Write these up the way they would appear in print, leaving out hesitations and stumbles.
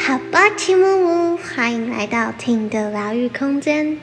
好吧，提姆姆，欢迎来到听的疗愈空间。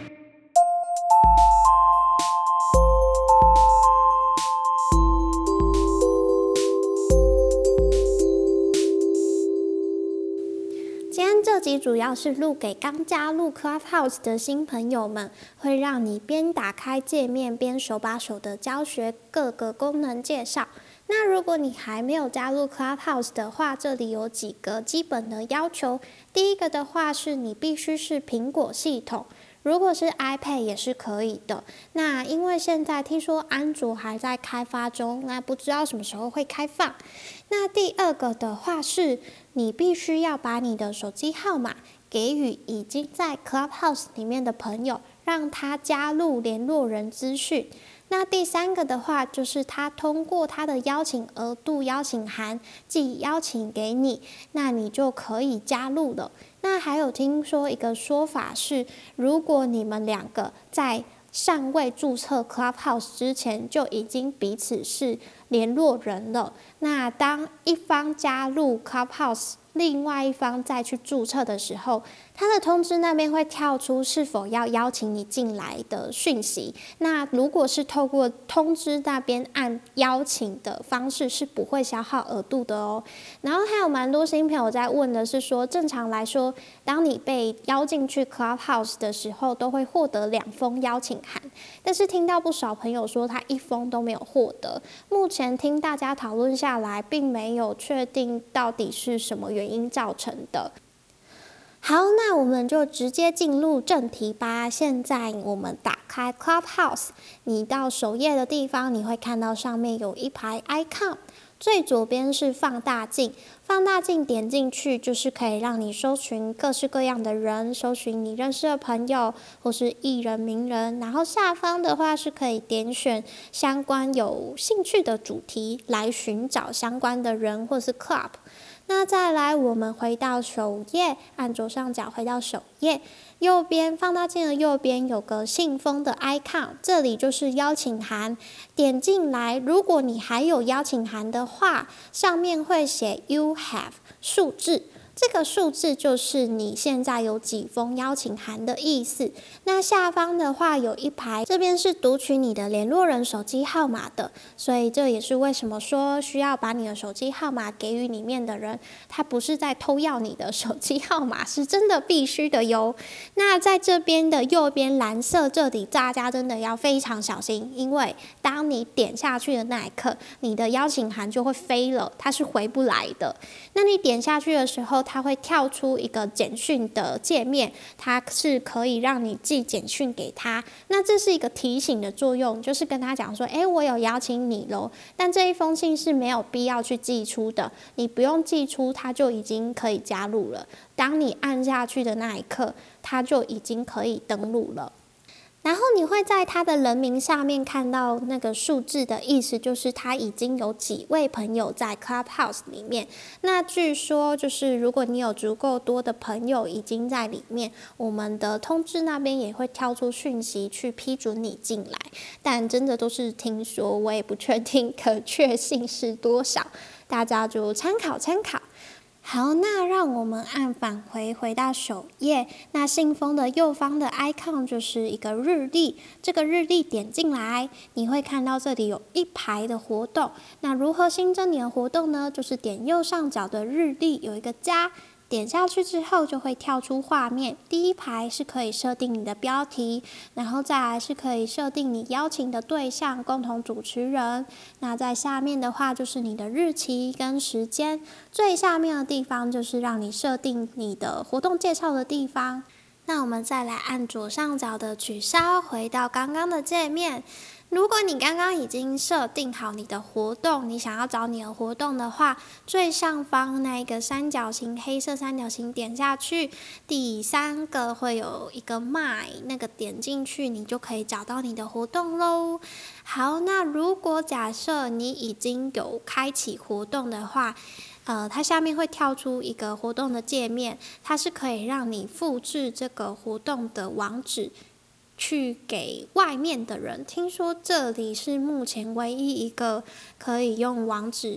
今天这集主要是录给刚加入 Clubhouse 的新朋友们，会让你边打开界面边手把手的教学各个功能介绍。那如果你还没有加入 Clubhouse 的话，这里有几个基本的要求。第一个的话是你必须是苹果系统，如果是 iPad 也是可以的。那因为现在听说安卓还在开发中，那不知道什么时候会开放。那第二个的话是你必须要把你的手机号码给予已经在 Clubhouse 里面的朋友，让他加入联络人资讯。那第三个的话，就是他通过他的邀请额度邀请函寄邀请给你，那你就可以加入了。那还有听说一个说法是，如果你们两个在尚未注册 Clubhouse 之前就已经彼此是联络人了，那当一方加入 Clubhouse， 另外一方再去注册的时候，他的通知那边会跳出是否要邀请你进来的讯息。那如果是透过通知那边按邀请的方式，是不会消耗额度的哦。然后还有蛮多新朋友在问的是说，正常来说，当你被邀进去 Clubhouse 的时候，都会获得2封邀请函，但是听到不少朋友说他1封都没有获得。目前听大家讨论下来，并没有确定到底是什么原因造成的。好，那我们就直接进入正题吧。现在我们打开 Clubhouse， 你到首页的地方，你会看到上面有一排 icon， 最左边是放大镜，放大镜点进去就是可以让你搜寻各式各样的人，搜寻你认识的朋友或是艺人名人，然后下方的话是可以点选相关有兴趣的主题来寻找相关的人或是 club。那再来，我们回到首页，按左上角回到首页，右边放大镜的右边有个信封的 icon， 这里就是邀请函。点进来，如果你还有邀请函的话，上面会写 You have 数字。这个数字就是你现在有几封邀请函的意思。那下方的话有一排，这边是读取你的联络人手机号码的，所以这也是为什么说需要把你的手机号码给予里面的人，他不是在偷要你的手机号码，是真的必须的哟。那在这边的右边蓝色这里，大家真的要非常小心，因为当你点下去的那一刻，你的邀请函就会飞了，它是回不来的。那你点下去的时候，它会跳出一个简讯的界面，它是可以让你寄简讯给他。那这是一个提醒的作用，就是跟他讲说，我有邀请你咯，但这一封信是没有必要去寄出的，你不用寄出，它就已经可以加入了。当你按下去的那一刻，它就已经可以登录了。然后你会在他的人名下面看到那个数字的意思，就是他已经有几位朋友在 Clubhouse 里面。那据说就是如果你有足够多的朋友已经在里面，我们的通知那边也会跳出讯息去批准你进来。但真的都是听说，我也不确定可确信是多少，大家就参考参考。好，那让我们按返回到首页。那信封的右方的 icon 就是一个日历，这个日历点进来，你会看到这里有一排的活动。那如何新增你的活动呢？就是点右上角的日历有一个加，点下去之后就会跳出画面，第一排是可以设定你的标题，然后再来是可以设定你邀请的对象、共同主持人。那在下面的话就是你的日期跟时间，最下面的地方就是让你设定你的活动介绍的地方。那我们再来按左上角的取消，回到刚刚的界面。如果你刚刚已经设定好你的活动，你想要找你的活动的话，最上方那一个三角形，黑色三角形点下去，第3个会有一个 My， 那个点进去你就可以找到你的活动咯。好，那如果假设你已经有开启活动的话，它下面会跳出一个活动的界面，它是可以让你复制这个活动的网址去给外面的人。听说这里是目前唯一一个可以用网址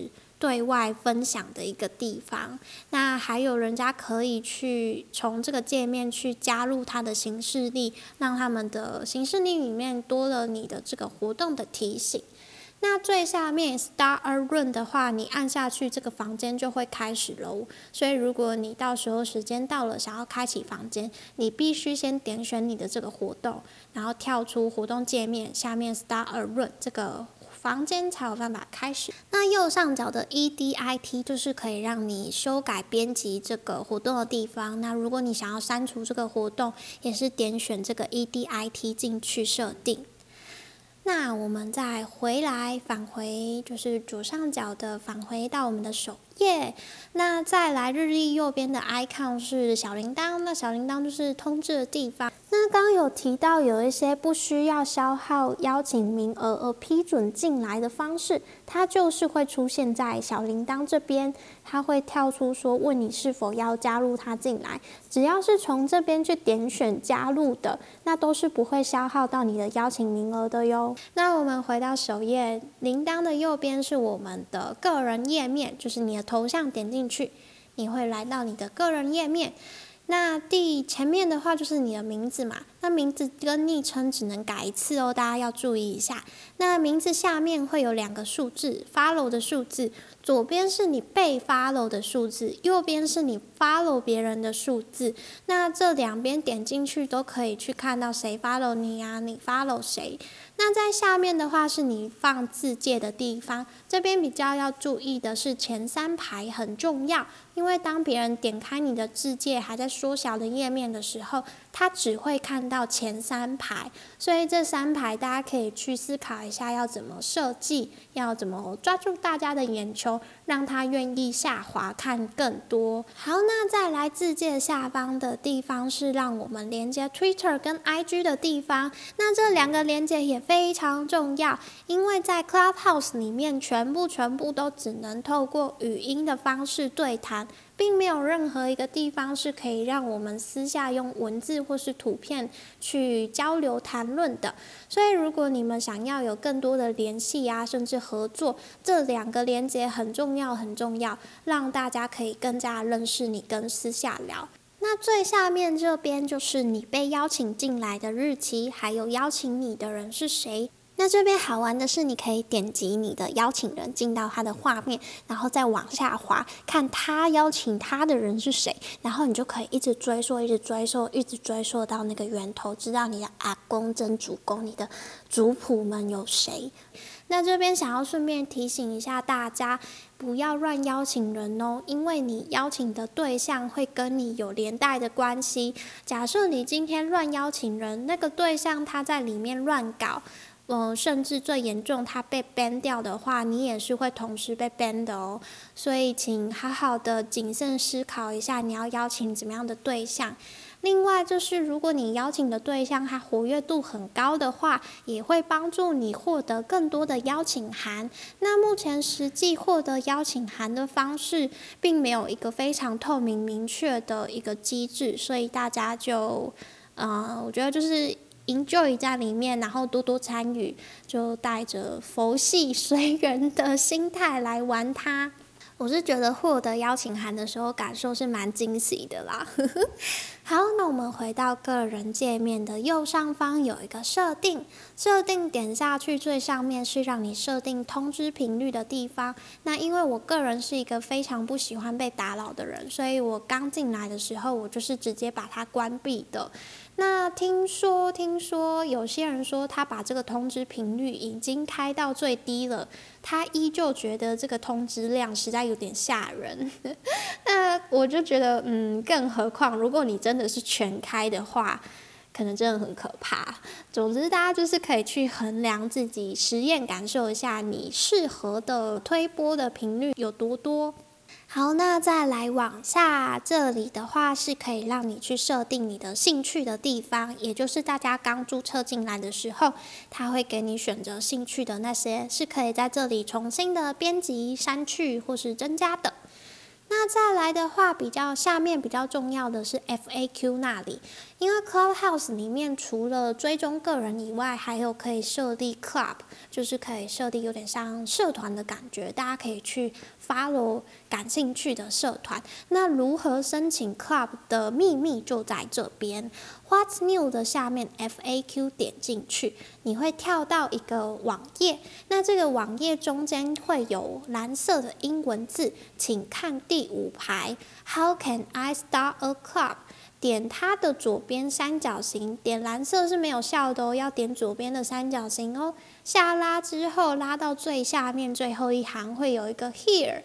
对外分享的一个地方。那还有人家可以去从这个界面去加入他的行事历，让他们的行事历里面多了你的这个活动的提醒。那最下面 Start a Room 的话，你按下去，这个房间就会开始喽。所以如果你到时候时间到了，想要开启房间，你必须先点选你的这个活动，然后跳出活动界面，下面 Start a Room 这个房间才有办法开始。那右上角的 EDIT 就是可以让你修改编辑这个活动的地方。那如果你想要删除这个活动，也是点选这个 EDIT 进去设定。那我们再返回就是左上角的返回到我们的首页。那再来日历右边的 icon 是小铃铛，那小铃铛就是通知的地方。那刚刚有提到有一些不需要消耗邀请名额而批准进来的方式，它就是会出现在小铃铛这边，它会跳出说问你是否要加入它进来。只要是从这边去点选加入的，那都是不会消耗到你的邀请名额的哟。那我们回到首页，铃铛的右边是我们的个人页面，就是你的头像点进去，你会来到你的个人页面。那前面的话就是你的名字嘛，那名字跟昵称只能改一次哦，大家要注意一下。那名字下面会有2个数字 ，follow 的数字，左边是你被 follow 的数字，右边是你 follow 别人的数字。那这两边点进去都可以去看到谁 follow 你啊，你 follow 谁。那在下面的话是你放字界的地方，这边比较要注意的是前3排很重要，因为当别人点开你的字界还在缩小的页面的时候，他只会看到前3排，所以这3排大家可以去思考一下要怎么设计，要怎么抓住大家的眼球，让他愿意下滑看更多。好，那再来字界下方的地方是让我们连接 Twitter 跟 IG 的地方，那这2个连接也非常重要，因为在 Clubhouse 里面全部都只能透过语音的方式对谈，并没有任何一个地方是可以让我们私下用文字或是图片去交流谈论的。所以如果你们想要有更多的联系啊，甚至合作，这2个连结很重要，让大家可以更加认识你跟私下聊。那最下面这边就是你被邀请进来的日期，还有邀请你的人是谁。那这边好玩的是，你可以点击你的邀请人进到他的画面，然后再往下滑，看他邀请他的人是谁，然后你就可以一直追溯到那个源头，知道你的阿公、曾祖公、你的族谱们有谁。那这边想要顺便提醒一下大家，不要乱邀请人哦，因为你邀请的对象会跟你有连带的关系。假设你今天乱邀请人，那个对象他在里面乱搞，甚至最严重他被 ban 掉的话，你也是会同时被 ban 的哦。所以请好好的谨慎思考一下，你要邀请怎么样的对象。另外就是如果你邀请的对象他活跃度很高的话，也会帮助你获得更多的邀请函。那目前实际获得邀请函的方式并没有一个非常透明明确的一个机制，所以大家就我觉得就是enjoy 在里面，然后多多参与，就带着佛系随缘的心态来玩它。我是觉得获得邀请函的时候感受是蛮惊喜的啦。好，那我们回到个人界面的右上方有一个设定点下去，最上面是让你设定通知频率的地方。那因为我个人是一个非常不喜欢被打扰的人，所以我刚进来的时候我就是直接把它关闭的。那听说有些人说他把这个通知频率已经开到最低了，他依旧觉得这个通知量实在有点吓人。那我就觉得更何况如果你真的是全开的话，可能真的很可怕。总之大家就是可以去衡量自己，实验感受一下你适合的推播的频率有多多。好，那再来往下，这里的话是可以让你去设定你的兴趣的地方，也就是大家刚注册进来的时候，它会给你选择兴趣的那些，是可以在这里重新的编辑、删去或是增加的。那再来的话，下面比较重要的是 FAQ 那里，因为 Clubhouse 里面除了追踪个人以外，还有可以设立 Club， 就是可以设立有点像社团的感觉，大家可以去 follow 感兴趣的社团。那如何申请 Club 的秘密就在这边。What's New 的下面 FAQ 点进去，你会跳到一个网页，那这个网页中间会有蓝色的英文字，请看第5排 How can I start a club？ 点它的左边三角形，点蓝色是没有效的哦，要点左边的三角形哦。下拉之后，拉到最下面最后一行会有一个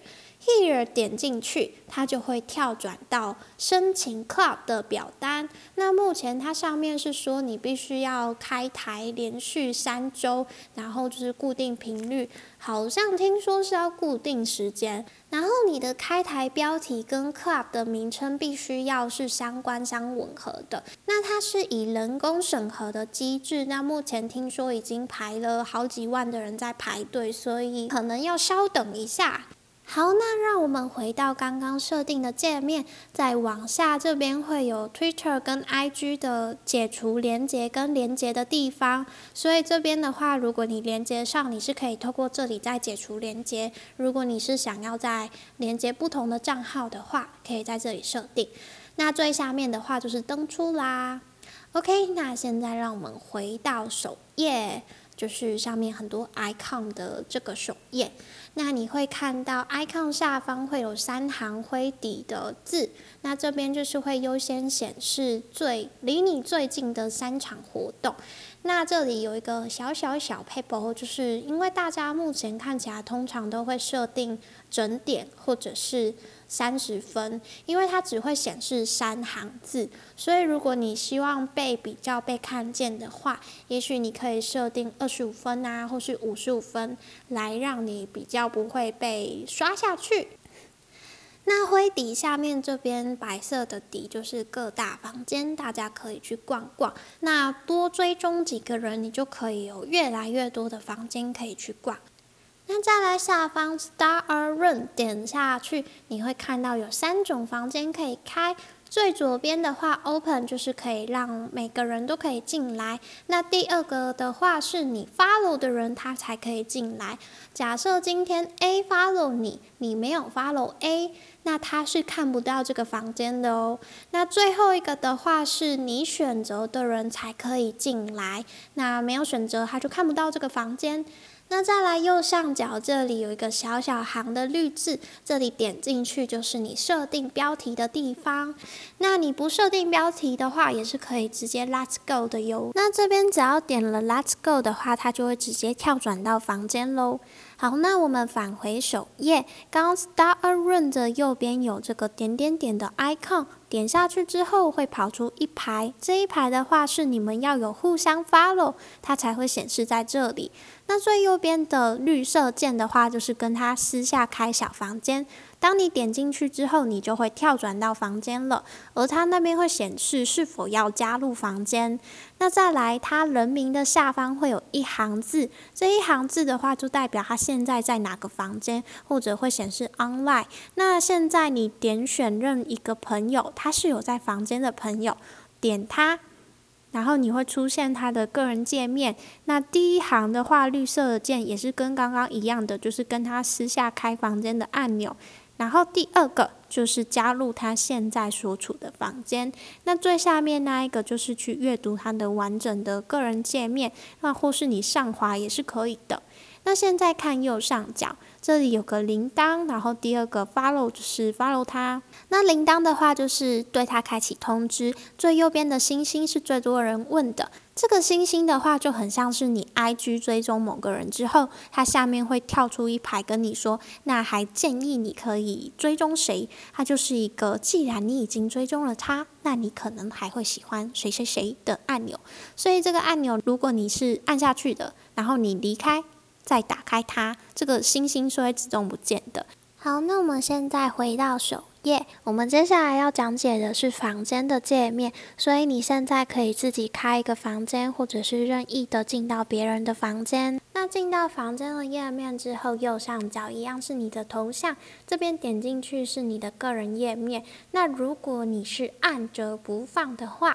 Here 点进去，它就会跳转到申请 Club 的表单。那目前它上面是说你必须要开台连续3周，然后就是固定频率，好像听说是要固定时间。然后你的开台标题跟 Club 的名称必须要是相关相吻合的。那它是以人工审核的机制，那目前听说已经排了好几万的人在排队，所以可能要稍等一下。好，那让我们回到刚刚设定的界面，再往下这边会有 Twitter 跟 IG 的解除连结跟连结的地方，所以这边的话，如果你连接上，你是可以透过这里再解除连结。如果你是想要再连接不同的账号的话，可以在这里设定。那最下面的话就是登出啦。OK， 那现在让我们回到首页。就是上面很多 icon 的这个首页，那你会看到 icon 下方会有3行灰底的字，那这边就是会优先显示离你最近的3场活动。那这里有一个小 paper， 就是因为大家目前看起来通常都会设定整点或者是30分，因为它只会显示3行字，所以如果你希望比较被看见的话，也许你可以设定25分啊，或是55分，来让你比较不会被刷下去。那灰底下面这边白色的底就是各大房间，大家可以去逛逛。那多追踪几个人，你就可以有越来越多的房间可以去逛。那再来下方 Start a Room 点下去，你会看到有3种房间可以开。最左边的话 Open 就是可以让每个人都可以进来。那第2个的话是你 follow 的人他才可以进来。假设今天 A follow 你，你没有 follow A， 那他是看不到这个房间的哦。那最后一个的话是你选择的人才可以进来，那没有选择他就看不到这个房间。那再来右上角这里有一个小行的绿字，这里点进去就是你设定标题的地方。那你不设定标题的话，也是可以直接 Let's Go 的哟。那这边只要点了 Let's Go 的话，它就会直接跳转到房间咯。好，那我们返回首页，刚刚 Start a Room 的右边有这个点点点的 icon， 点下去之后会跑出一排，这一排的话是你们要有互相 follow， 它才会显示在这里。那最右边的绿色键的话，就是跟它私下开小房间。当你点进去之后，你就会跳转到房间了，而它那边会显示是否要加入房间。那再来，它人名的下方会有1行字，这1行字的话就代表他现在在哪个房间，或者会显示 online。那现在你点选任一个朋友，他是有在房间的朋友，点他。然后你会出现他的个人界面，那第1行的话，绿色的键也是跟刚刚一样的，就是跟他私下开房间的按钮。然后第2个就是加入他现在所处的房间，那最下面那一个就是去阅读他的完整的个人界面，那或是你上滑也是可以的。那现在看右上角，这里有个铃铛，然后第2个 follow 就是 follow 他。那铃铛的话就是对他开启通知，最右边的星星是最多人问的。这个星星的话就很像是你 IG 追踪某个人之后，它下面会跳出一排跟你说，那还建议你可以追踪谁。它就是一个既然你已经追踪了他，那你可能还会喜欢谁谁谁的按钮。所以这个按钮如果你是按下去的，然后你离开再打开它，这个星星是会自动不见的。好，那我们现在回到首页，我们接下来要讲解的是房间的界面，所以你现在可以自己开一个房间，或者是任意的进到别人的房间。那进到房间的页面之后，右上角一样是你的头像，这边点进去是你的个人页面。那如果你是按着不放的话，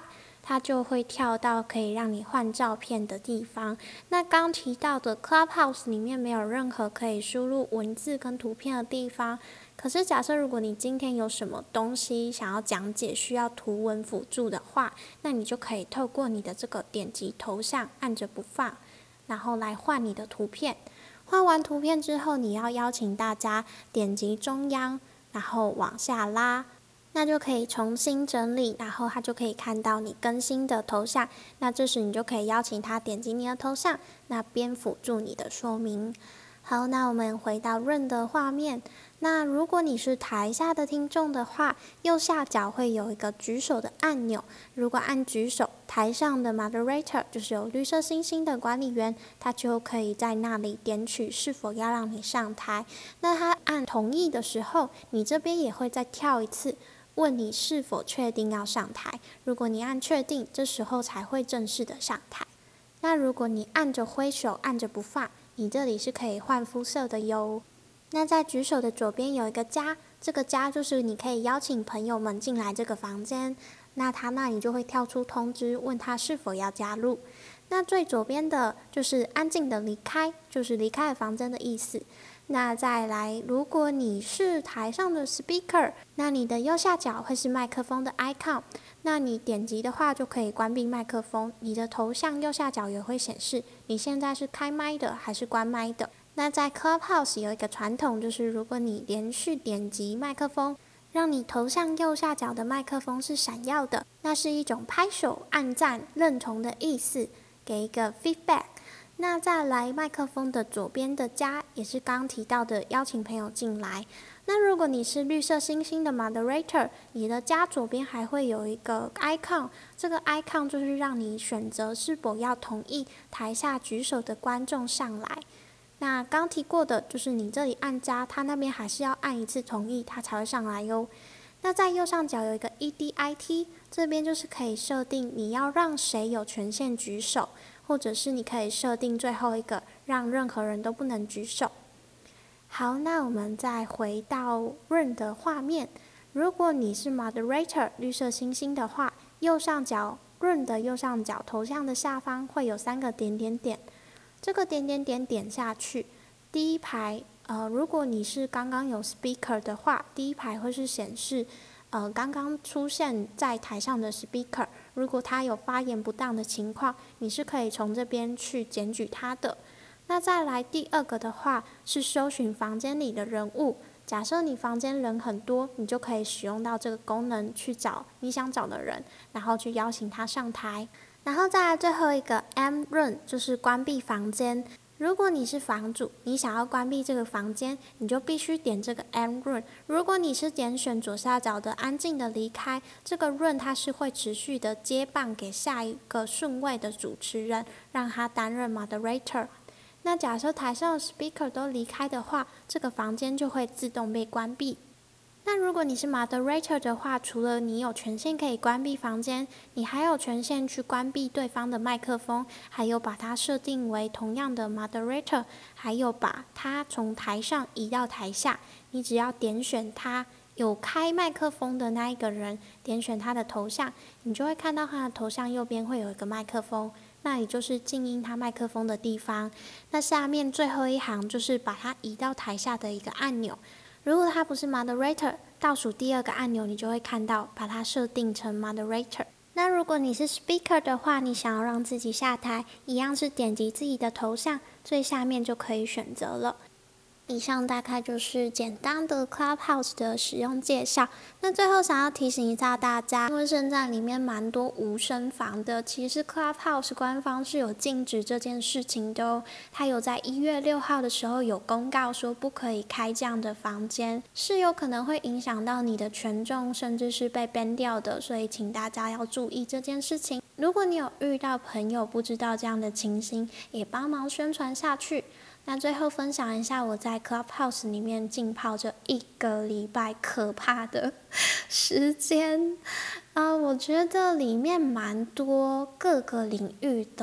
它就会跳到可以让你换照片的地方。那刚提到的 Clubhouse 里面没有任何可以输入文字跟图片的地方，可是假设如果你今天有什么东西想要讲解，需要图文辅助的话，那你就可以透过你的这个点击头像，按着不放，然后来换你的图片。换完图片之后，你要邀请大家点击中央，然后往下拉，那就可以重新整理，然后他就可以看到你更新的头像。那这时你就可以邀请他点击你的头像，那边辅助你的说明。好，那我们回到润的画面。那如果你是台下的听众的话，右下角会有一个举手的按钮。如果按举手，台上的 moderator 就是有绿色星星的管理员，他就可以在那里点取是否要让你上台。那他按同意的时候，你这边也会再跳一次，问你是否确定要上台。如果你按确定，这时候才会正式的上台。那如果你按着挥手，按着不放，你这里是可以换肤色的哟。那在举手的左边有一个加，这个加就是你可以邀请朋友们进来这个房间，那他那里就会跳出通知，问他是否要加入。那最左边的就是安静的离开，就是离开了房间的意思。那再来，如果你是台上的 speaker， 那你的右下角会是麦克风的 icon， 那你点击的话就可以关闭麦克风，你的头像右下角也会显示你现在是开麦的还是关麦的。那在 Clubhouse 有一个传统，就是如果你连续点击麦克风，让你头像右下角的麦克风是闪耀的，那是一种拍手、按赞、认同的意思，给一个 feedback。那再来麦克风的左边的加，也是刚提到的邀请朋友进来。那如果你是绿色星星的 moderator， 你的加左边还会有一个 icon， 这个 icon 就是让你选择是否要同意台下举手的观众上来。那刚提过的就是你这里按加，他那边还是要按一次同意，他才会上来哟。那在右上角有一个 EDIT， 这边就是可以设定你要让谁有权限举手，或者是你可以设定最后一个让任何人都不能举手。好，那我们再回到 Room 的画面。如果你是 Moderator 绿色星星的话，右上角 Room 的右上角头像的下方会有3个点点点，这个点点点点下去，第一排如果你是刚刚有 speaker 的话，第一排会是显示刚刚出现在台上的 speaker， 如果他有发言不当的情况，你是可以从这边去检举他的。那再来第2个的话是搜寻房间里的人物，假设你房间人很多，你就可以使用到这个功能去找你想找的人，然后去邀请他上台。然后再来最后一个 end room， 就是关闭房间。如果你是房主，你想要关闭这个房间，你就必须点这个 end room。如果你是点选左下角的安静的离开，这个 room 它是会持续的接棒给下一个顺位的主持人，让他担任 moderator。那假设台上的 speaker 都离开的话，这个房间就会自动被关闭。那如果你是 moderator 的话，除了你有权限可以关闭房间，你还有权限去关闭对方的麦克风，还有把它设定为同样的 moderator， 还有把它从台上移到台下。你只要点选他有开麦克风的那一个人，点选他的头像，你就会看到他的头像右边会有一个麦克风，那里就是静音他麦克风的地方。那下面最后一行就是把它移到台下的一个按钮。如果它不是 moderator， 倒数第2个按钮你就会看到把它设定成 moderator。那如果你是 speaker 的话，你想要让自己下台，一样是点击自己的头像，最下面就可以选择了。以上大概就是简单的 Clubhouse 的使用介绍。那最后想要提醒一下大家，因为现在里面蛮多无声房的，其实 Clubhouse 官方是有禁止这件事情的哦。它有在1月6号的时候有公告说不可以开这样的房间，是有可能会影响到你的权重，甚至是被 ban 掉的，所以请大家要注意这件事情。如果你有遇到朋友不知道这样的情形，也帮忙宣传下去。那最后分享一下我在 Clubhouse 里面浸泡这1个礼拜可怕的时间我觉得里面蛮多各个领域的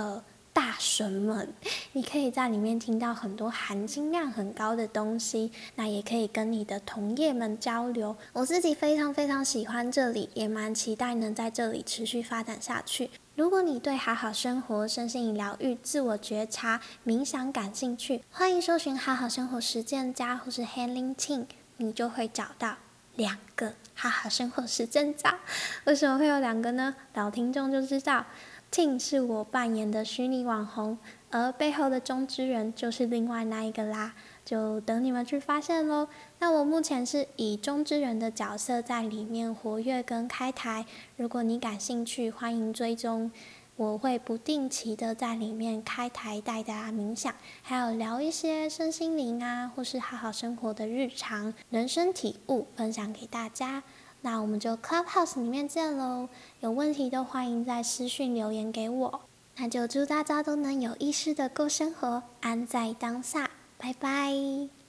大神们，你可以在里面听到很多含金量很高的东西，那也可以跟你的同业们交流。我自己非常非常喜欢这里，也蛮期待能在这里持续发展下去。如果你对好好生活、身心灵疗愈、自我觉察、冥想感兴趣，欢迎搜寻好好生活实践家或是 Healing Team， 你就会找到2个好好生活实践家。为什么会有2个呢？老听众就知道，Ting 是我扮演的虚拟网红，而背后的中之人就是另外那一个啦，就等你们去发现咯。那我目前是以中之人的角色在里面活跃跟开台，如果你感兴趣，欢迎追踪。我会不定期的在里面开台带大家冥想，还有聊一些身心灵啊，或是好好生活的日常、人生体悟分享给大家。那我们就 Clubhouse 里面见咯，有问题都欢迎在私讯留言给我。那就祝大家都能有意识的过生活，安在当下，拜拜。